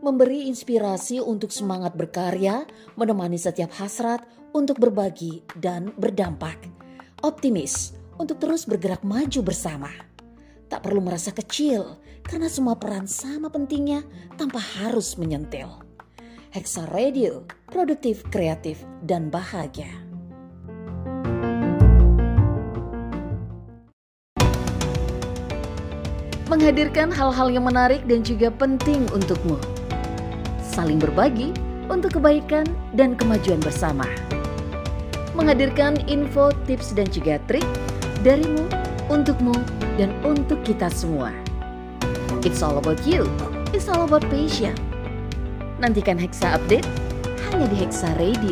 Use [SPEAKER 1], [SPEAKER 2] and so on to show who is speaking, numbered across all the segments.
[SPEAKER 1] memberi inspirasi untuk semangat berkarya, menemani setiap hasrat untuk berbagi dan berdampak. Optimis untuk terus bergerak maju bersama. Tak perlu merasa kecil karena semua peran sama pentingnya tanpa harus menyentil. Hexa Radio, produktif, kreatif, dan bahagia. Menghadirkan hal-hal yang menarik dan juga penting untukmu. Saling berbagi untuk kebaikan dan kemajuan bersama. Menghadirkan info, tips, dan juga trik darimu, untukmu, dan untuk kita semua. It's all about you. It's all about passion. Nantikan Hexa Update hanya di Hexa Radio.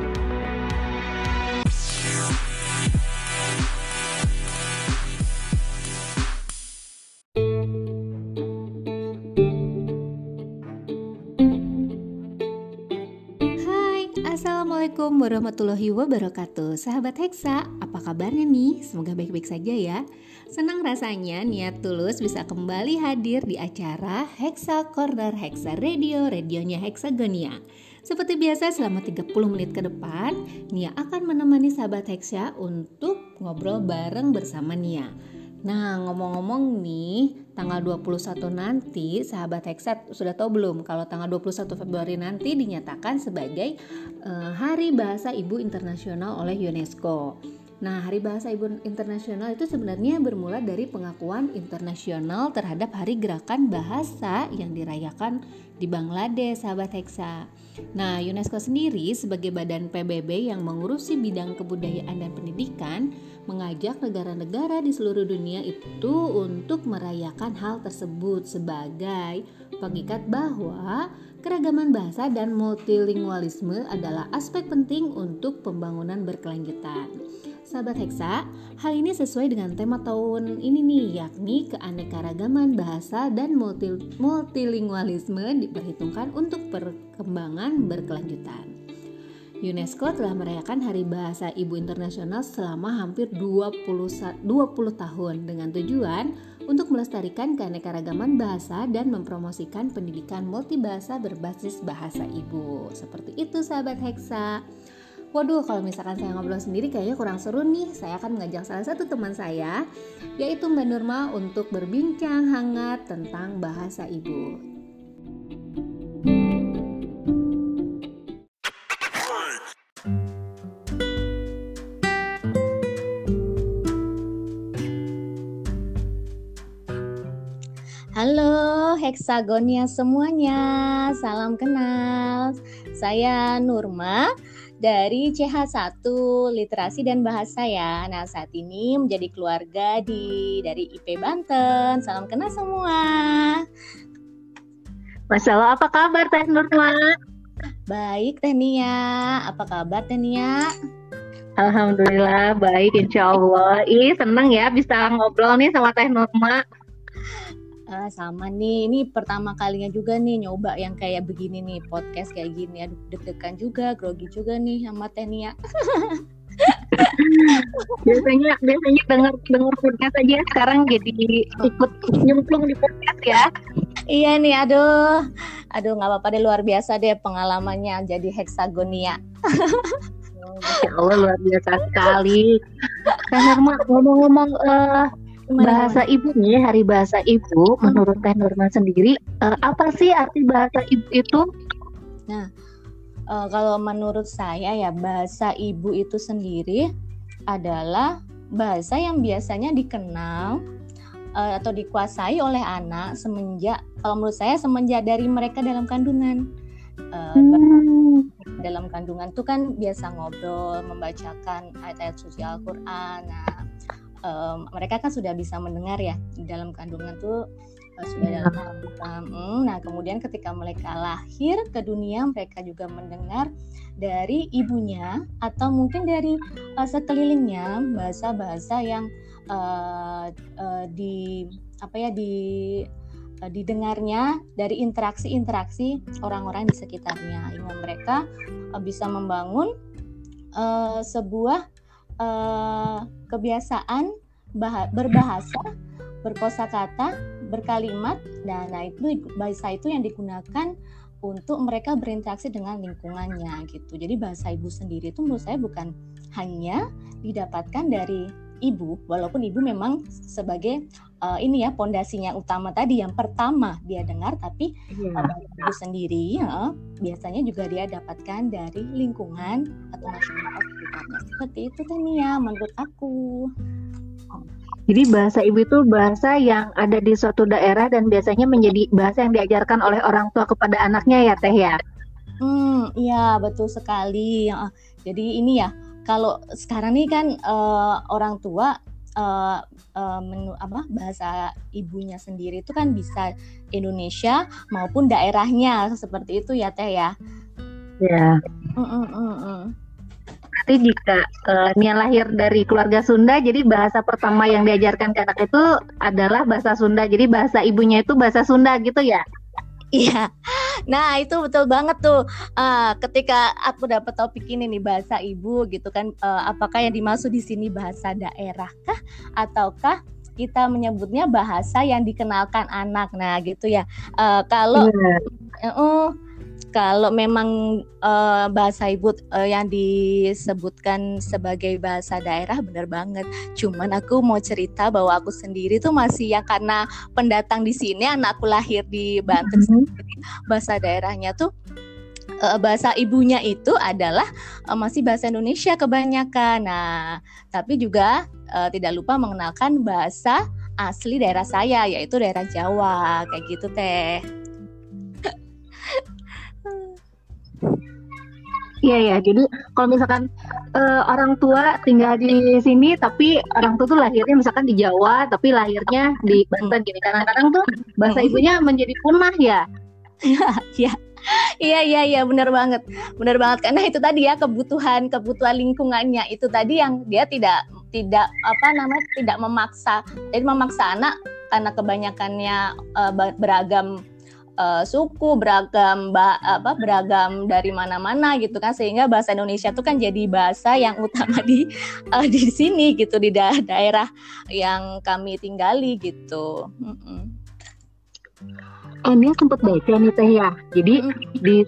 [SPEAKER 2] Assalamualaikum warahmatullahi wabarakatuh. Sahabat Hexa, apa kabarnya nih? Semoga baik-baik saja ya. Senang rasanya niat tulus bisa kembali hadir di acara Hexa Corner Hexa Radio, radionya Hexagonia. Seperti biasa selama 30 menit ke depan, Nia akan menemani sahabat Hexa untuk ngobrol bareng bersama Nia. Nah, ngomong-ngomong nih, tanggal 21 nanti sahabat Hexa sudah tahu belum kalau tanggal 21 Februari nanti dinyatakan sebagai Hari Bahasa Ibu Internasional oleh UNESCO. Nah, Hari Bahasa Ibu Internasional itu sebenarnya bermula dari pengakuan internasional terhadap Hari Gerakan Bahasa yang dirayakan di Bangladesh, sahabat Hexa. Nah, UNESCO sendiri sebagai badan PBB yang mengurusi bidang kebudayaan dan pendidikan mengajak negara-negara di seluruh dunia itu untuk merayakan hal tersebut sebagai pengikat bahwa keragaman bahasa dan multilingualisme adalah aspek penting untuk pembangunan berkelanjutan. Sahabat Hexa, hal ini sesuai dengan tema tahun ini nih, yakni keanekaragaman bahasa dan multilingualisme diperhitungkan untuk perkembangan berkelanjutan. UNESCO telah merayakan Hari Bahasa Ibu Internasional selama hampir 20 tahun dengan tujuan untuk melestarikan keanekaragaman bahasa dan mempromosikan pendidikan multibahasa berbasis bahasa ibu. Seperti itu sahabat Hexa. Waduh, kalau misalkan saya ngobrol sendiri kayaknya kurang seru nih. Saya akan mengajak salah satu teman saya, yaitu Mbak Nurma, untuk berbincang hangat tentang bahasa ibu. Halo Hexagonia semuanya, salam kenal. Saya Nurma dari CH1 Literasi dan Bahasa ya. Nah, saat ini menjadi keluarga dari IP Banten. Salam kenal semua.
[SPEAKER 3] Masya Allah, apa kabar Teh Nurma?
[SPEAKER 2] Baik Teh Nia, apa kabar Teh Nia?
[SPEAKER 3] Alhamdulillah baik, insya Allah. Seneng ya bisa ngobrol nih sama Teh Nurma.
[SPEAKER 2] Sama nih, ini pertama kalinya juga nih nyoba yang kayak begini nih, podcast kayak gini. Aduh, deg-degan juga, grogi juga nih sama Teh Nia.
[SPEAKER 3] biasanya dengar podcast aja, sekarang jadi ikut nyemplung di podcast ya.
[SPEAKER 2] Iya nih, aduh nggak apa-apa deh, luar biasa deh pengalamannya jadi Hexagonia.
[SPEAKER 3] Masya Allah, luar biasa sekali. Teh Nurma, ngomong-ngomong bahasa ibu nih, Hari Bahasa Ibu, menurut Teh Nurma sendiri, apa sih arti bahasa ibu itu?
[SPEAKER 2] Nah, kalau menurut saya ya, bahasa ibu itu sendiri adalah bahasa yang biasanya dikenal atau dikuasai oleh anak kalau menurut saya semenjak dari mereka dalam kandungan. Dalam kandungan tuh kan biasa ngobrol, membacakan ayat-ayat suci Al-Quran. Nah, mereka kan sudah bisa mendengar ya di dalam kandungan tuh sudah dalam kandungan. Nah, kemudian ketika mereka lahir ke dunia, mereka juga mendengar dari ibunya atau mungkin dari sekelilingnya bahasa-bahasa yang didengarnya dari interaksi orang-orang di sekitarnya, hingga mereka bisa membangun sebuah kebiasaan berbahasa, berkosakata berkalimat. Nah itu bahasa itu yang digunakan untuk mereka berinteraksi dengan lingkungannya gitu. Jadi bahasa ibu sendiri itu menurut saya bukan hanya didapatkan dari ibu, walaupun ibu memang sebagai ini ya pondasinya utama tadi yang pertama dia dengar, tapi ibu sendiri biasanya juga dia dapatkan dari lingkungan atau masyarakat sekitarnya. Seperti itu Tania menurut aku.
[SPEAKER 3] Jadi bahasa ibu itu bahasa yang ada di suatu daerah dan biasanya menjadi bahasa yang diajarkan oleh orang tua kepada anaknya ya Teh ya?
[SPEAKER 2] Iya betul sekali. Jadi ini ya, kalau sekarang nih kan orang tua bahasa ibunya sendiri itu kan bisa Indonesia maupun daerahnya seperti itu ya Teh ya.
[SPEAKER 3] Ya. Berarti jika Nia lahir dari keluarga Sunda, jadi bahasa pertama yang diajarkan ke anak itu adalah bahasa Sunda. Jadi bahasa ibunya itu bahasa Sunda gitu ya?
[SPEAKER 2] Iya. Nah itu betul banget tuh. Ketika aku dapat topik ini nih bahasa ibu gitu kan, apakah yang dimaksud di sini bahasa daerah kah ataukah kita menyebutnya bahasa yang dikenalkan anak? Nah gitu ya. Kalau memang bahasa ibu yang disebutkan sebagai bahasa daerah benar banget. Cuman aku mau cerita bahwa aku sendiri tuh masih yang karena pendatang di sini, anakku lahir di Banten sendiri, bahasa daerahnya tuh bahasa ibunya itu adalah masih bahasa Indonesia kebanyakan. Nah, tapi juga tidak lupa mengenalkan bahasa asli daerah saya, yaitu daerah Jawa, kayak gitu Teh.
[SPEAKER 3] Iya ya, jadi kalau misalkan orang tua tinggal di sini, tapi orang tua tuh lahirnya misalkan di Jawa, tapi lahirnya di Banten, gini kadang-kadang tuh bahasa ibunya menjadi punah ya.
[SPEAKER 2] Iya, benar banget karena itu tadi ya kebutuhan lingkungannya itu tadi yang dia tidak memaksa, jadi memaksa anak karena kebanyakannya beragam suku, beragam dari mana-mana gitu kan, sehingga bahasa Indonesia itu kan jadi bahasa yang utama di sini gitu, di daerah yang kami tinggali gitu.
[SPEAKER 3] Dia sempat baca nih Teh ya, jadi di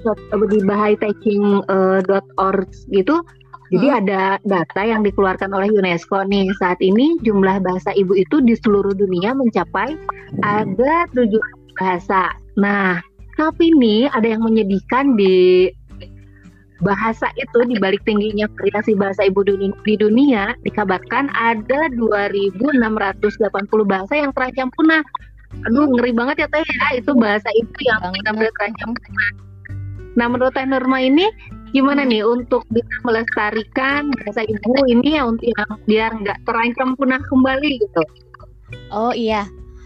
[SPEAKER 3] bahaitaking.org gitu, jadi ada data yang dikeluarkan oleh UNESCO nih, saat ini jumlah bahasa ibu itu di seluruh dunia mencapai ada 7 bahasa. Nah, tapi nih ada yang menyedihkan di bahasa itu, di balik tingginya variasi bahasa ibu di dunia, dikabarkan ada 2.680 bahasa yang terancam punah. Aduh, ngeri banget ya Teh ya, itu bahasa ibu yang benar-benar terancam punah. Nah, menurut Teh Nurma ini gimana nih untuk bisa melestarikan bahasa ibu ini ya, untuk yang biar nggak terancam punah kembali gitu?
[SPEAKER 2] Oh iya.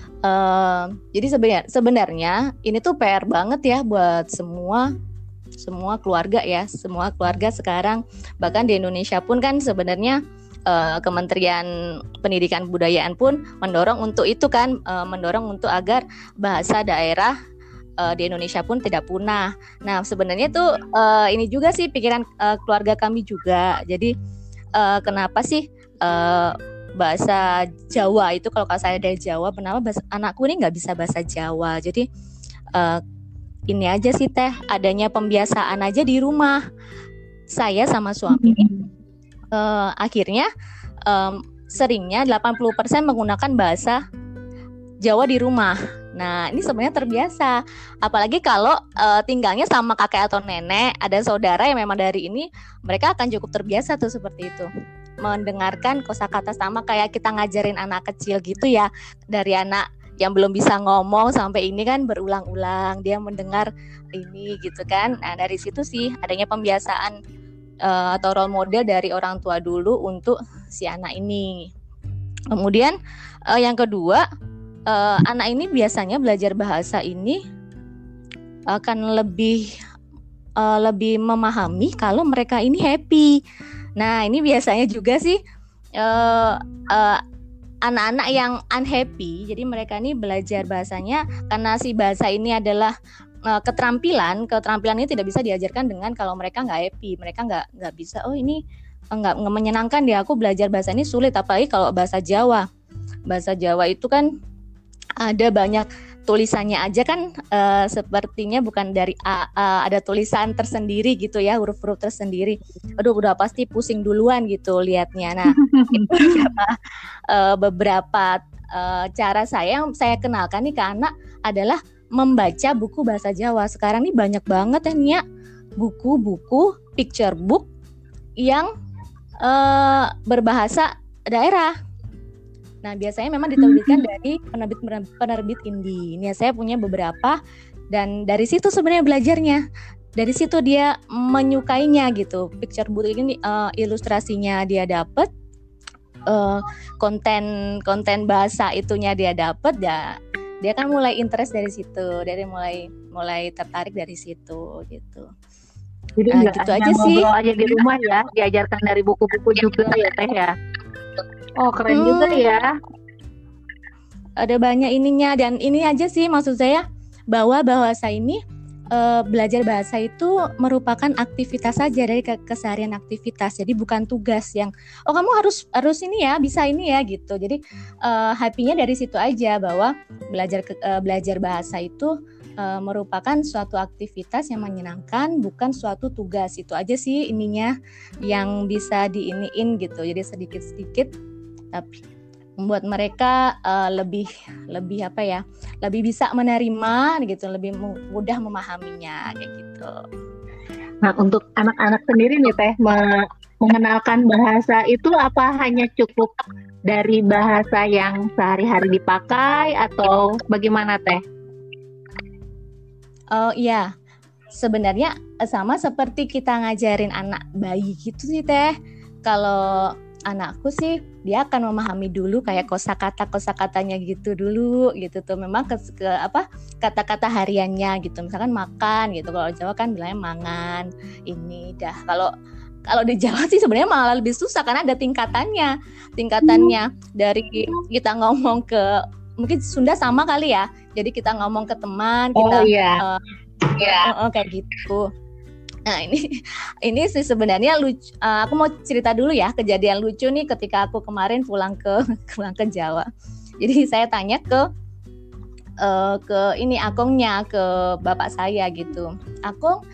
[SPEAKER 2] Jadi sebenarnya ini tuh PR banget ya buat semua keluarga ya, semua keluarga sekarang, bahkan di Indonesia pun kan sebenarnya Kementerian Pendidikan Kebudayaan pun mendorong untuk itu kan, mendorong untuk agar bahasa daerah di Indonesia pun tidak punah. Nah sebenarnya tuh ini juga sih pikiran keluarga kami juga. Jadi kenapa sih bahasa Jawa itu, kalau saya dari Jawa, kenapa anakku ini nggak bisa bahasa Jawa? Jadi ini aja sih Teh, adanya pembiasaan aja di rumah. Saya sama suami akhirnya seringnya 80% menggunakan bahasa Jawa di rumah. Nah ini sebenarnya terbiasa, apalagi kalau tinggalnya sama kakek atau nenek, ada saudara yang memang dari ini, mereka akan cukup terbiasa tuh seperti itu, mendengarkan kosakata sama kayak kita ngajarin anak kecil gitu ya, dari anak yang belum bisa ngomong sampai ini kan berulang-ulang dia mendengar ini gitu kan. Nah dari situ sih adanya pembiasaan atau role model dari orang tua dulu untuk si anak ini. Kemudian yang kedua, anak ini biasanya belajar bahasa ini akan lebih memahami kalau mereka ini happy. Nah ini biasanya juga sih anak-anak yang unhappy, jadi mereka ini belajar bahasanya karena si bahasa ini adalah keterampilan ini tidak bisa diajarkan dengan kalau mereka nggak happy, mereka nggak bisa, oh ini nggak menyenangkan deh aku belajar bahasa ini, sulit. Apalagi kalau bahasa Jawa itu kan
[SPEAKER 4] ada banyak tulisannya aja kan, sepertinya bukan dari ada tulisan tersendiri gitu ya, huruf-huruf tersendiri. Aduh, udah pasti pusing duluan gitu liatnya. Nah, itu beberapa cara saya yang saya kenalkan nih ke anak adalah membaca buku bahasa Jawa. Sekarang nih banyak banget ya Nia, buku-buku picture book yang berbahasa daerah. Nah, biasanya memang diterbitkan dari penerbit indie. Ini saya punya beberapa, dan dari situ sebenarnya belajarnya. Dari situ dia menyukainya gitu. Picture book ini ilustrasinya dia dapat, konten bahasa itunya dia dapat, ya dia kan mulai interest dari situ, dari mulai tertarik dari situ gitu.
[SPEAKER 3] Jadi
[SPEAKER 4] gitu aja sih.
[SPEAKER 3] Ngobrol aja di rumah ya, diajarkan dari buku-buku juga ya Teh ya. Oh, keren juga ya.
[SPEAKER 4] Ada banyak ininya, dan ini aja sih maksud saya, bahwa bahasa ini belajar bahasa itu merupakan aktivitas saja dari keseharian aktivitas. Jadi bukan tugas yang kamu harus ini ya, bisa ini ya gitu. Jadi happy-nya dari situ aja, bahwa belajar bahasa itu merupakan suatu aktivitas yang menyenangkan, bukan suatu tugas. Itu aja sih ininya yang bisa diiniin gitu. Jadi sedikit-sedikit tapi membuat mereka lebih apa ya, lebih bisa menerima gitu, lebih mudah memahaminya kayak gitu.
[SPEAKER 3] Nah, untuk anak-anak sendiri nih Teh, mengenalkan bahasa itu apa hanya cukup dari bahasa yang sehari-hari dipakai atau bagaimana Teh?
[SPEAKER 4] Iya, sebenarnya sama seperti kita ngajarin anak bayi gitu sih Teh. Kalau anakku sih dia akan memahami dulu kayak kosakatanya gitu dulu gitu tuh, memang ke kata-kata hariannya gitu, misalkan makan gitu, kalau Jawa kan bilangnya mangan ini dah. Kalau di Jawa sih sebenarnya malah lebih susah karena ada tingkatannya dari kita ngomong ke, mungkin Sunda sama kali ya, jadi kita ngomong ke teman kita kayak gitu. Nah, ini sih sebenarnya lucu. Aku mau cerita dulu ya kejadian lucu nih ketika aku kemarin pulang ke Jawa. Jadi saya tanya ke ini akongnya, ke bapak saya gitu. Akong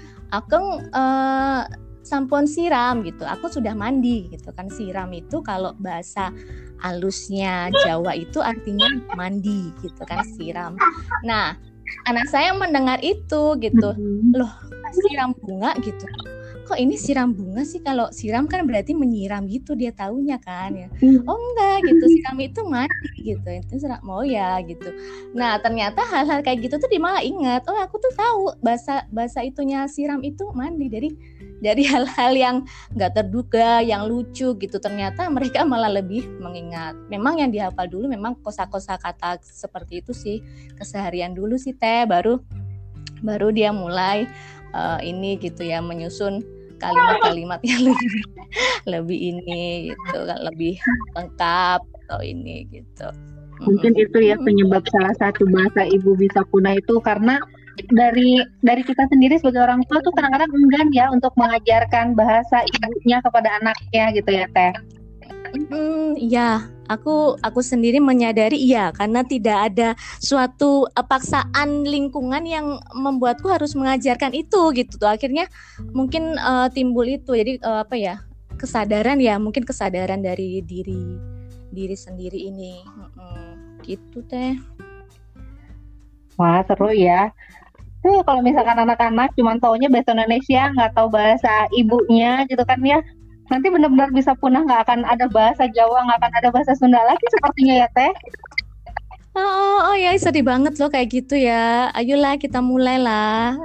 [SPEAKER 4] sampun siram gitu. Aku sudah mandi gitu kan. Siram itu kalau bahasa halusnya Jawa itu artinya mandi gitu kan, siram. Nah, anak saya mendengar itu gitu, loh siram bunga gitu, kok ini siram bunga sih, kalau siram kan berarti menyiram gitu, dia taunya kan ya. Oh enggak gitu, siram itu mandi gitu, itu siram mau ya gitu. Nah ternyata hal-hal kayak gitu tuh dia malah ingat, oh aku tuh tahu bahasa itunya siram itu mandi, dari hal-hal yang nggak terduga, yang lucu gitu, ternyata mereka malah lebih mengingat. Memang yang dihafal dulu memang kosa-kosa kata seperti itu sih, keseharian dulu sih Teh, baru dia mulai ini gitu ya, menyusun kalimat-kalimat yang lebih ini gitu, lebih lengkap atau ini gitu.
[SPEAKER 3] Mungkin itu ya penyebab salah satu bahasa ibu bisa punah itu karena dari kita sendiri sebagai orang tua tuh kadang-kadang enggan ya untuk mengajarkan bahasa ibunya kepada anaknya gitu ya Teh.
[SPEAKER 4] Iya, aku sendiri menyadari iya, karena tidak ada suatu paksaan lingkungan yang membuatku harus mengajarkan itu gitu tuh. Akhirnya mungkin timbul itu. Jadi kesadaran ya, mungkin kesadaran dari diri sendiri ini. Gitu Teh.
[SPEAKER 3] Wah, seru ya. Tuh kalau misalkan anak-anak cuma taunya bahasa Indonesia, nggak tahu bahasa ibunya gitu kan ya, nanti benar-benar bisa punah, nggak akan ada bahasa Jawa, nggak akan ada bahasa Sunda lagi sepertinya ya Teh.
[SPEAKER 4] Oh ya, sedih banget loh kayak gitu ya. Ayolah kita mulailah.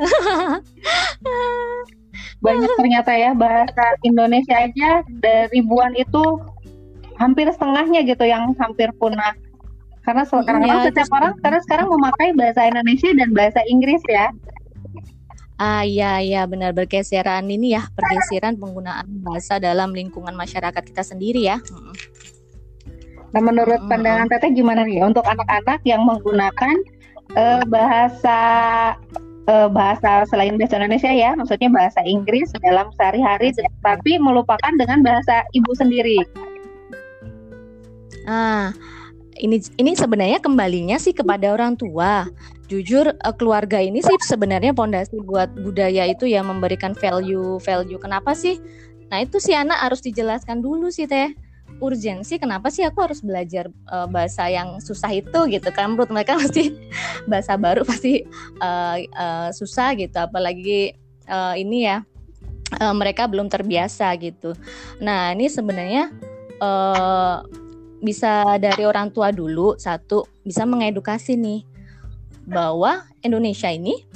[SPEAKER 3] Banyak ternyata ya bahasa Indonesia aja dari ribuan itu hampir setengahnya gitu yang hampir punah. Karena sekarang setiap orang sekarang memakai bahasa Indonesia dan bahasa Inggris ya.
[SPEAKER 4] Iya benar, pergeseran penggunaan bahasa dalam lingkungan masyarakat kita sendiri ya.
[SPEAKER 3] Nah, menurut pandangan Teteh gimana nih untuk anak-anak yang menggunakan bahasa selain bahasa Indonesia ya, maksudnya bahasa Inggris dalam sehari-hari, tapi melupakan dengan bahasa ibu sendiri?
[SPEAKER 4] ini sebenarnya kembalinya sih kepada orang tua. Jujur keluarga ini sih sebenarnya pondasi buat budaya itu ya, memberikan value. Kenapa sih? Nah itu si anak harus dijelaskan dulu sih Teh. Urgensi kenapa sih aku harus belajar bahasa yang susah itu gitu kan. Menurut mereka pasti bahasa baru pasti susah gitu. Apalagi ini ya mereka belum terbiasa gitu. Nah ini sebenarnya bisa dari orang tua dulu, satu bisa mengedukasi nih bahwa Indonesia ini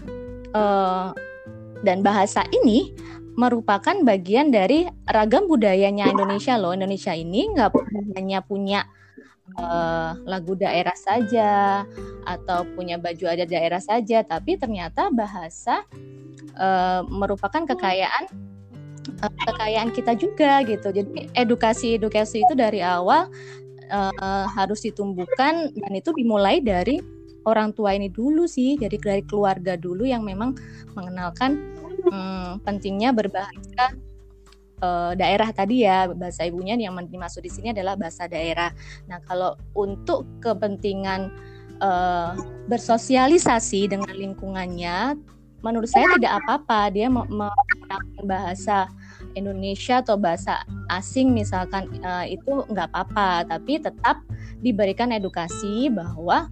[SPEAKER 4] dan bahasa ini merupakan bagian dari ragam budayanya Indonesia loh. Indonesia ini nggak hanya punya lagu daerah saja atau punya baju adat daerah saja, tapi ternyata bahasa merupakan kekayaan kita juga gitu. Jadi edukasi itu dari awal harus ditumbuhkan, dan itu dimulai dari orang tua ini dulu sih, dari keluarga dulu yang memang mengenalkan pentingnya berbahasa daerah tadi ya, bahasa ibunya yang dimaksud di sini adalah bahasa daerah. Nah kalau untuk kepentingan bersosialisasi dengan lingkungannya, menurut saya tidak apa-apa dia menggunakan bahasa Indonesia atau bahasa asing misalkan, itu nggak apa-apa, tapi tetap diberikan edukasi bahwa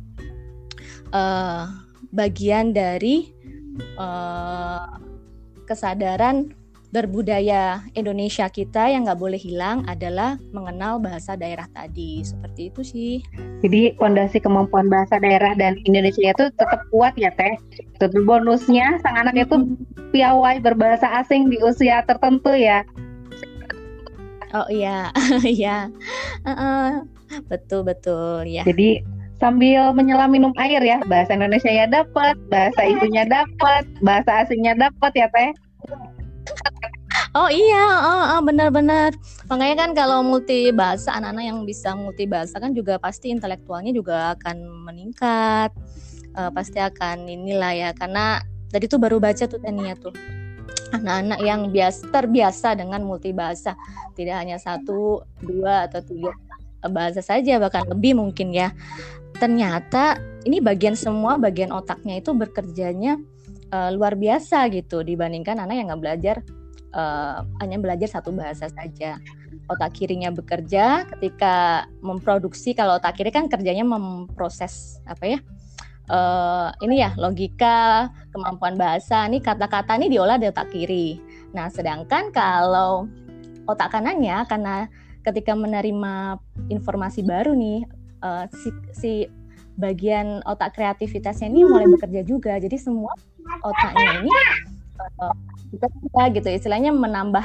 [SPEAKER 4] bagian dari kesadaran berbudaya Indonesia kita yang nggak boleh hilang adalah mengenal bahasa daerah tadi. Seperti itu sih.
[SPEAKER 3] Jadi fondasi kemampuan bahasa daerah dan Indonesia itu tetap kuat ya Teh. Tentu bonusnya sang anak itu piawai berbahasa asing di usia tertentu ya.
[SPEAKER 4] Oh iya, iya, betul ya.
[SPEAKER 3] Jadi sambil menyelam minum air ya, bahasa Indonesia ya dapat, bahasa ibunya dapat, bahasa asingnya dapat ya Teh.
[SPEAKER 4] Oh iya, benar-benar. Makanya kan kalau multi bahasa, anak-anak yang bisa multi bahasa kan juga pasti intelektualnya juga akan meningkat. Pasti akan inilah ya, karena tadi tuh baru baca tuh Tania tuh. Anak-anak yang terbiasa dengan multi bahasa, tidak hanya 1, 2 atau 3 bahasa saja, bahkan lebih mungkin ya. Ternyata ini bagian otaknya itu bekerjanya luar biasa gitu dibandingkan anak yang nggak belajar, hanya belajar 1 bahasa saja. Otak kirinya bekerja ketika memproduksi. Kalau otak kiri kan kerjanya memproses ini ya, logika, kemampuan bahasa. Ini kata-kata ini diolah dari otak kiri. Nah sedangkan kalau otak kanannya, karena ketika menerima informasi baru nih, si bagian otak kreativitasnya ini mulai bekerja juga. Jadi semua otaknya ini kita gitu istilahnya menambah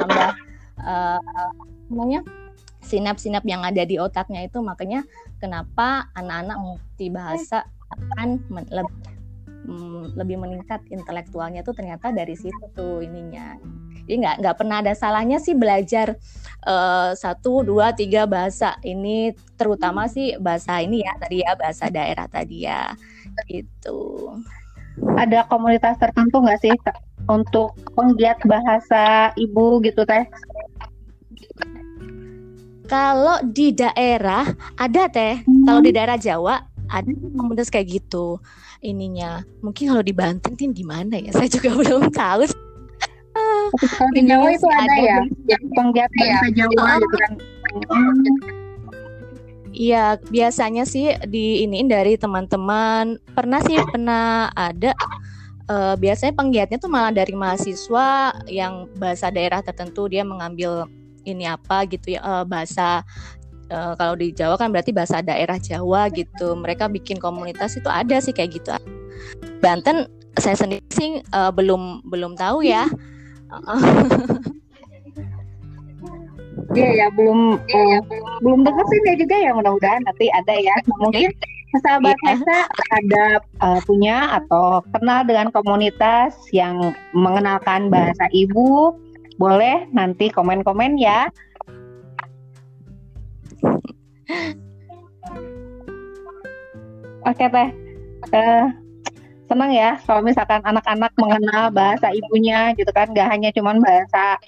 [SPEAKER 4] sinap-sinap yang ada di otaknya itu. Makanya kenapa anak-anak multi bahasa akan lebih meningkat intelektualnya tuh ternyata dari situ tuh ininya. Jadi nggak pernah ada salahnya sih belajar 1, 2, 3 bahasa. Ini terutama sih bahasa ini ya tadi ya, bahasa daerah tadi ya gitu.
[SPEAKER 3] Ada komunitas tertentu nggak sih untuk penggiat bahasa ibu gitu Teh?
[SPEAKER 4] Kalau di daerah ada Teh. Kalau di daerah Jawa ada komunitas kayak gitu ininya. Mungkin kalau di Banten di mana ya? Saya juga belum tahu.
[SPEAKER 3] Kalau di Jawa itu ada ya, penggiat bahasa Jawa gitu kan.
[SPEAKER 4] Iya, biasanya sih diiniin dari teman-teman. Pernah ada. Biasanya penggiatnya tuh malah dari mahasiswa yang bahasa daerah tertentu, dia mengambil ini apa gitu ya, bahasa. Kalau di Jawa kan berarti bahasa daerah Jawa gitu. Mereka bikin komunitas itu ada sih kayak gitu. Banten saya sendiri sih belum tahu ya.
[SPEAKER 3] Iya ya, belum dengar sih dia juga ya, mudah-mudahan nanti ada ya. Mungkin sahabat Hexa ada punya atau kenal dengan komunitas yang mengenalkan bahasa ibu, boleh nanti komen-komen ya. Oke Teh, senang ya kalau misalkan anak-anak mengenal bahasa ibunya gitu kan, nggak hanya cuman bahasa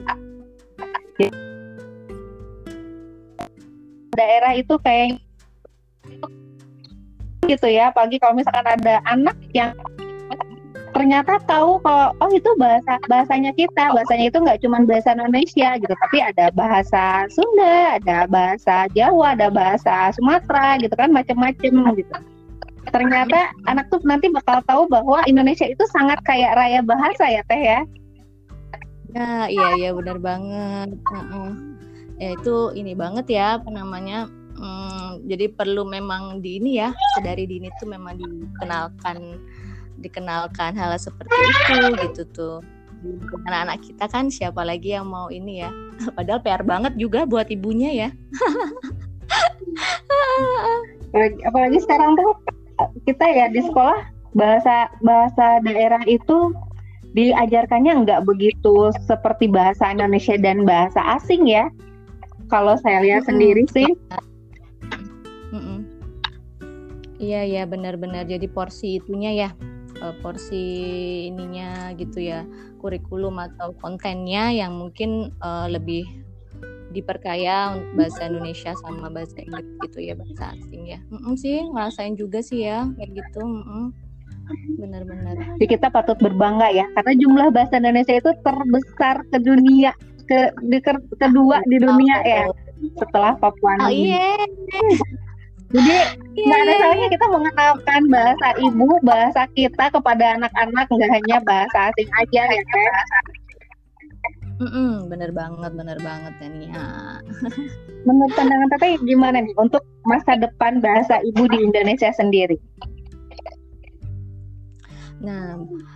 [SPEAKER 3] daerah itu kayak gitu ya, apalagi kalau misalkan ada anak yang ternyata tahu kalau oh itu bahasanya kita, bahasanya itu nggak cuma bahasa Indonesia gitu, tapi ada bahasa Sunda, ada bahasa Jawa, ada bahasa Sumatera gitu kan, macam-macam gitu. Ternyata anak tuh nanti bakal tahu bahwa Indonesia itu sangat kaya raya bahasa ya Teh ya.
[SPEAKER 4] Nah, iya benar banget. Ya itu ini banget ya, apa namanya? Jadi perlu memang di ini ya, sedari dini tuh memang dikenalkan hal seperti itu gitu tuh. Anak-anak kita kan siapa lagi yang mau ini ya? Padahal PR banget juga buat ibunya ya.
[SPEAKER 3] Apalagi sekarang tuh kita ya di sekolah bahasa daerah itu diajarkannya nggak begitu seperti bahasa Indonesia dan bahasa asing ya. Kalau saya lihat sendiri sih.
[SPEAKER 4] Iya benar-benar jadi porsi itunya ya, porsi ininya gitu ya, kurikulum atau kontennya yang mungkin lebih diperkaya untuk bahasa Indonesia sama bahasa Inggris gitu ya, bahasa asing ya. Sih ngerasain juga sih ya kayak gitu. Benar-benar.
[SPEAKER 3] Jadi kita patut berbangga ya, karena jumlah bahasa Indonesia itu terbesar ke dunia, kedua di dunia ya, setelah Papua Nugini.
[SPEAKER 4] Iya.
[SPEAKER 3] Jadi nggak ada salahnya kita mengenalkan bahasa ibu, bahasa kita kepada anak-anak, nggak hanya bahasa asing aja ya Teh.
[SPEAKER 4] Bener banget Tania.
[SPEAKER 3] Menurut pandangan Teteh gimana nih untuk masa depan bahasa ibu di Indonesia sendiri?
[SPEAKER 4] Nah,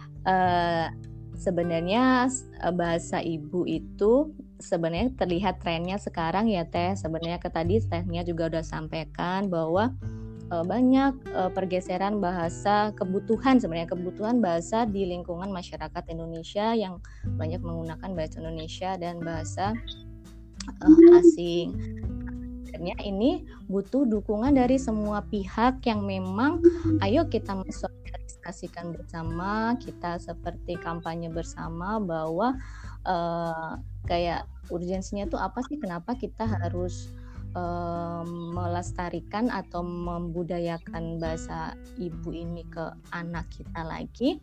[SPEAKER 4] sebenarnya bahasa ibu itu sebenarnya terlihat trennya sekarang ya Teh. Sebenarnya tadi Tehnya juga udah sampaikan bahwa banyak pergeseran bahasa, kebutuhan bahasa di lingkungan masyarakat Indonesia yang banyak menggunakan bahasa Indonesia dan bahasa asing. Akhirnya ini butuh dukungan dari semua pihak yang memang ayo kita mensosialisasikan bersama, kita seperti kampanye bersama bahwa kayak urgensinya tuh apa sih, kenapa kita harus melestarikan atau membudayakan bahasa ibu ini ke anak kita lagi.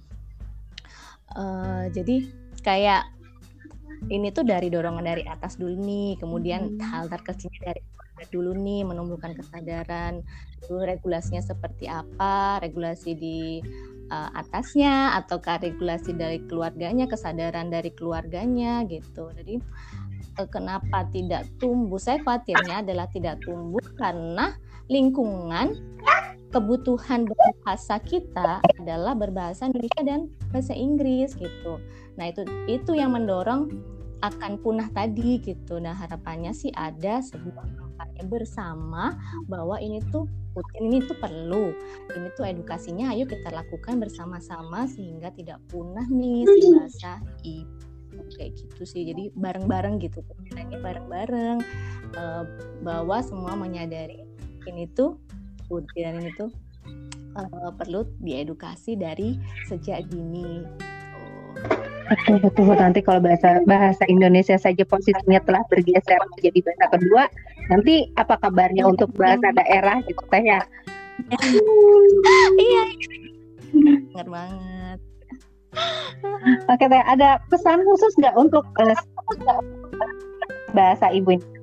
[SPEAKER 4] Jadi kayak ini tuh dari dorongan dari atas dulu nih, kemudian hal terkecilnya dari dulu nih, menumbuhkan kesadaran dulu regulasinya seperti apa, regulasi di atasnya ataukah regulasi dari keluarganya, kesadaran dari keluarganya gitu. Jadi kenapa tidak tumbuh? Saya khawatirnya adalah tidak tumbuh karena lingkungan kebutuhan bahasa kita adalah berbahasa Indonesia dan bahasa Inggris gitu. Nah itu yang mendorong akan punah tadi gitu. Nah harapannya sih ada sebuah kampanye bersama bahwa ini tuh perlu, ini tuh edukasinya ayo kita lakukan bersama-sama sehingga tidak punah nih si bahasa ibu. Kayak gitu sih, jadi bareng-bareng gitu, pemikirannya bareng-bareng, bahwa semua menyadari ini tuh perlu diedukasi dari sejak dini.
[SPEAKER 3] Betul. Nanti kalau bahasa Indonesia saja posisinya telah bergeser menjadi bahasa kedua, nanti apa kabarnya untuk bahasa daerah gitu Teh ya?
[SPEAKER 4] Iya, benar banget.
[SPEAKER 3] Oke Teh, ada pesan khusus nggak untuk bahasa ibu ini?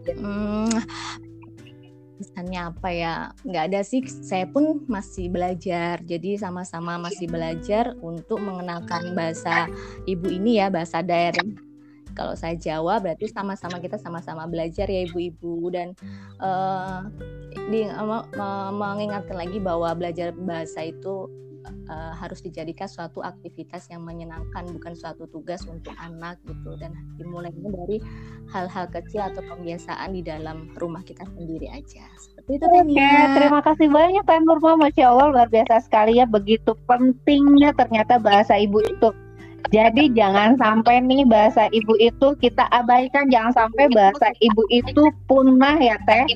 [SPEAKER 4] Pesannya apa ya? Nggak ada sih, saya pun masih belajar, jadi sama-sama masih belajar untuk mengenalkan bahasa ibu ini ya, bahasa daerah. Kalau saya Jawa berarti kita sama-sama belajar ya ibu-ibu, dan mengingatkan lagi bahwa belajar bahasa itu harus dijadikan suatu aktivitas yang menyenangkan, bukan suatu tugas untuk anak gitu, dan dimulainya dari hal-hal kecil atau kebiasaan di dalam rumah kita sendiri aja. Seperti itu Tania.
[SPEAKER 3] Terima kasih banyak Teh Nurma, Masya Allah luar biasa sekali ya, begitu pentingnya ternyata bahasa ibu itu. Jadi jangan sampai nih bahasa ibu itu kita abaikan, jangan sampai bahasa ibu itu punah ya Teh.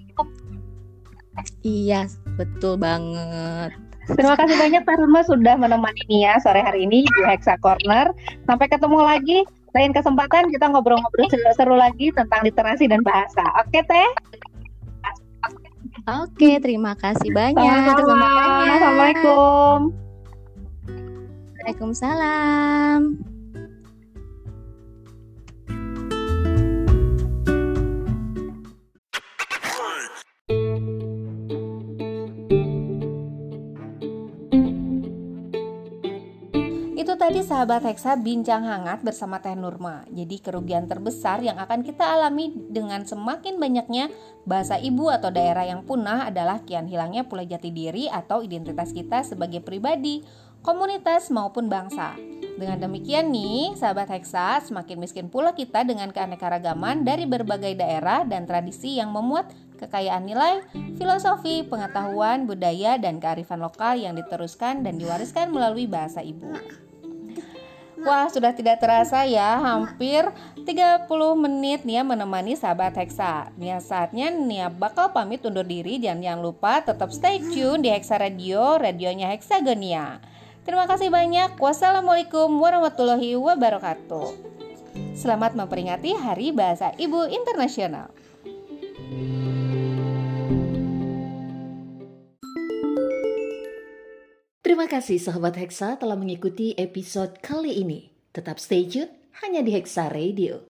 [SPEAKER 4] Iya, betul banget.
[SPEAKER 3] Terima kasih banyak Teh Nurma sudah menemani Nia sore hari ini di Hexa Corner. Sampai ketemu lagi, lain kesempatan kita ngobrol-ngobrol seru lagi tentang literasi dan bahasa. Oke Teh?
[SPEAKER 4] Oke, terima kasih banyak atas
[SPEAKER 3] Sama-sama.
[SPEAKER 4] kesempatannya.
[SPEAKER 3] Assalamualaikum.
[SPEAKER 4] Waalaikumsalam.
[SPEAKER 2] Itu tadi sahabat Hexa bincang hangat bersama Teh Nurma. Jadi kerugian terbesar yang akan kita alami dengan semakin banyaknya bahasa ibu atau daerah yang punah adalah kian hilangnya pula jati diri atau identitas kita sebagai pribadi, komunitas maupun bangsa. Dengan demikian nih, sahabat Hexa, semakin miskin pula kita dengan keanekaragaman dari berbagai daerah dan tradisi yang memuat kekayaan nilai, filosofi, pengetahuan, budaya, dan kearifan lokal yang diteruskan dan diwariskan melalui bahasa ibu. Wah, sudah tidak terasa ya, hampir 30 menit nih ya menemani sahabat Hexa. Nih saatnya nih bakal pamit undur diri, dan jangan lupa tetap stay tune di Hexa Radio, radionya Hexagonia. Terima kasih banyak. Wassalamualaikum warahmatullahi wabarakatuh. Selamat memperingati Hari Bahasa Ibu Internasional.
[SPEAKER 1] Terima kasih sahabat Hexa telah mengikuti episode kali ini. Tetap stay tune hanya di Hexa Radio.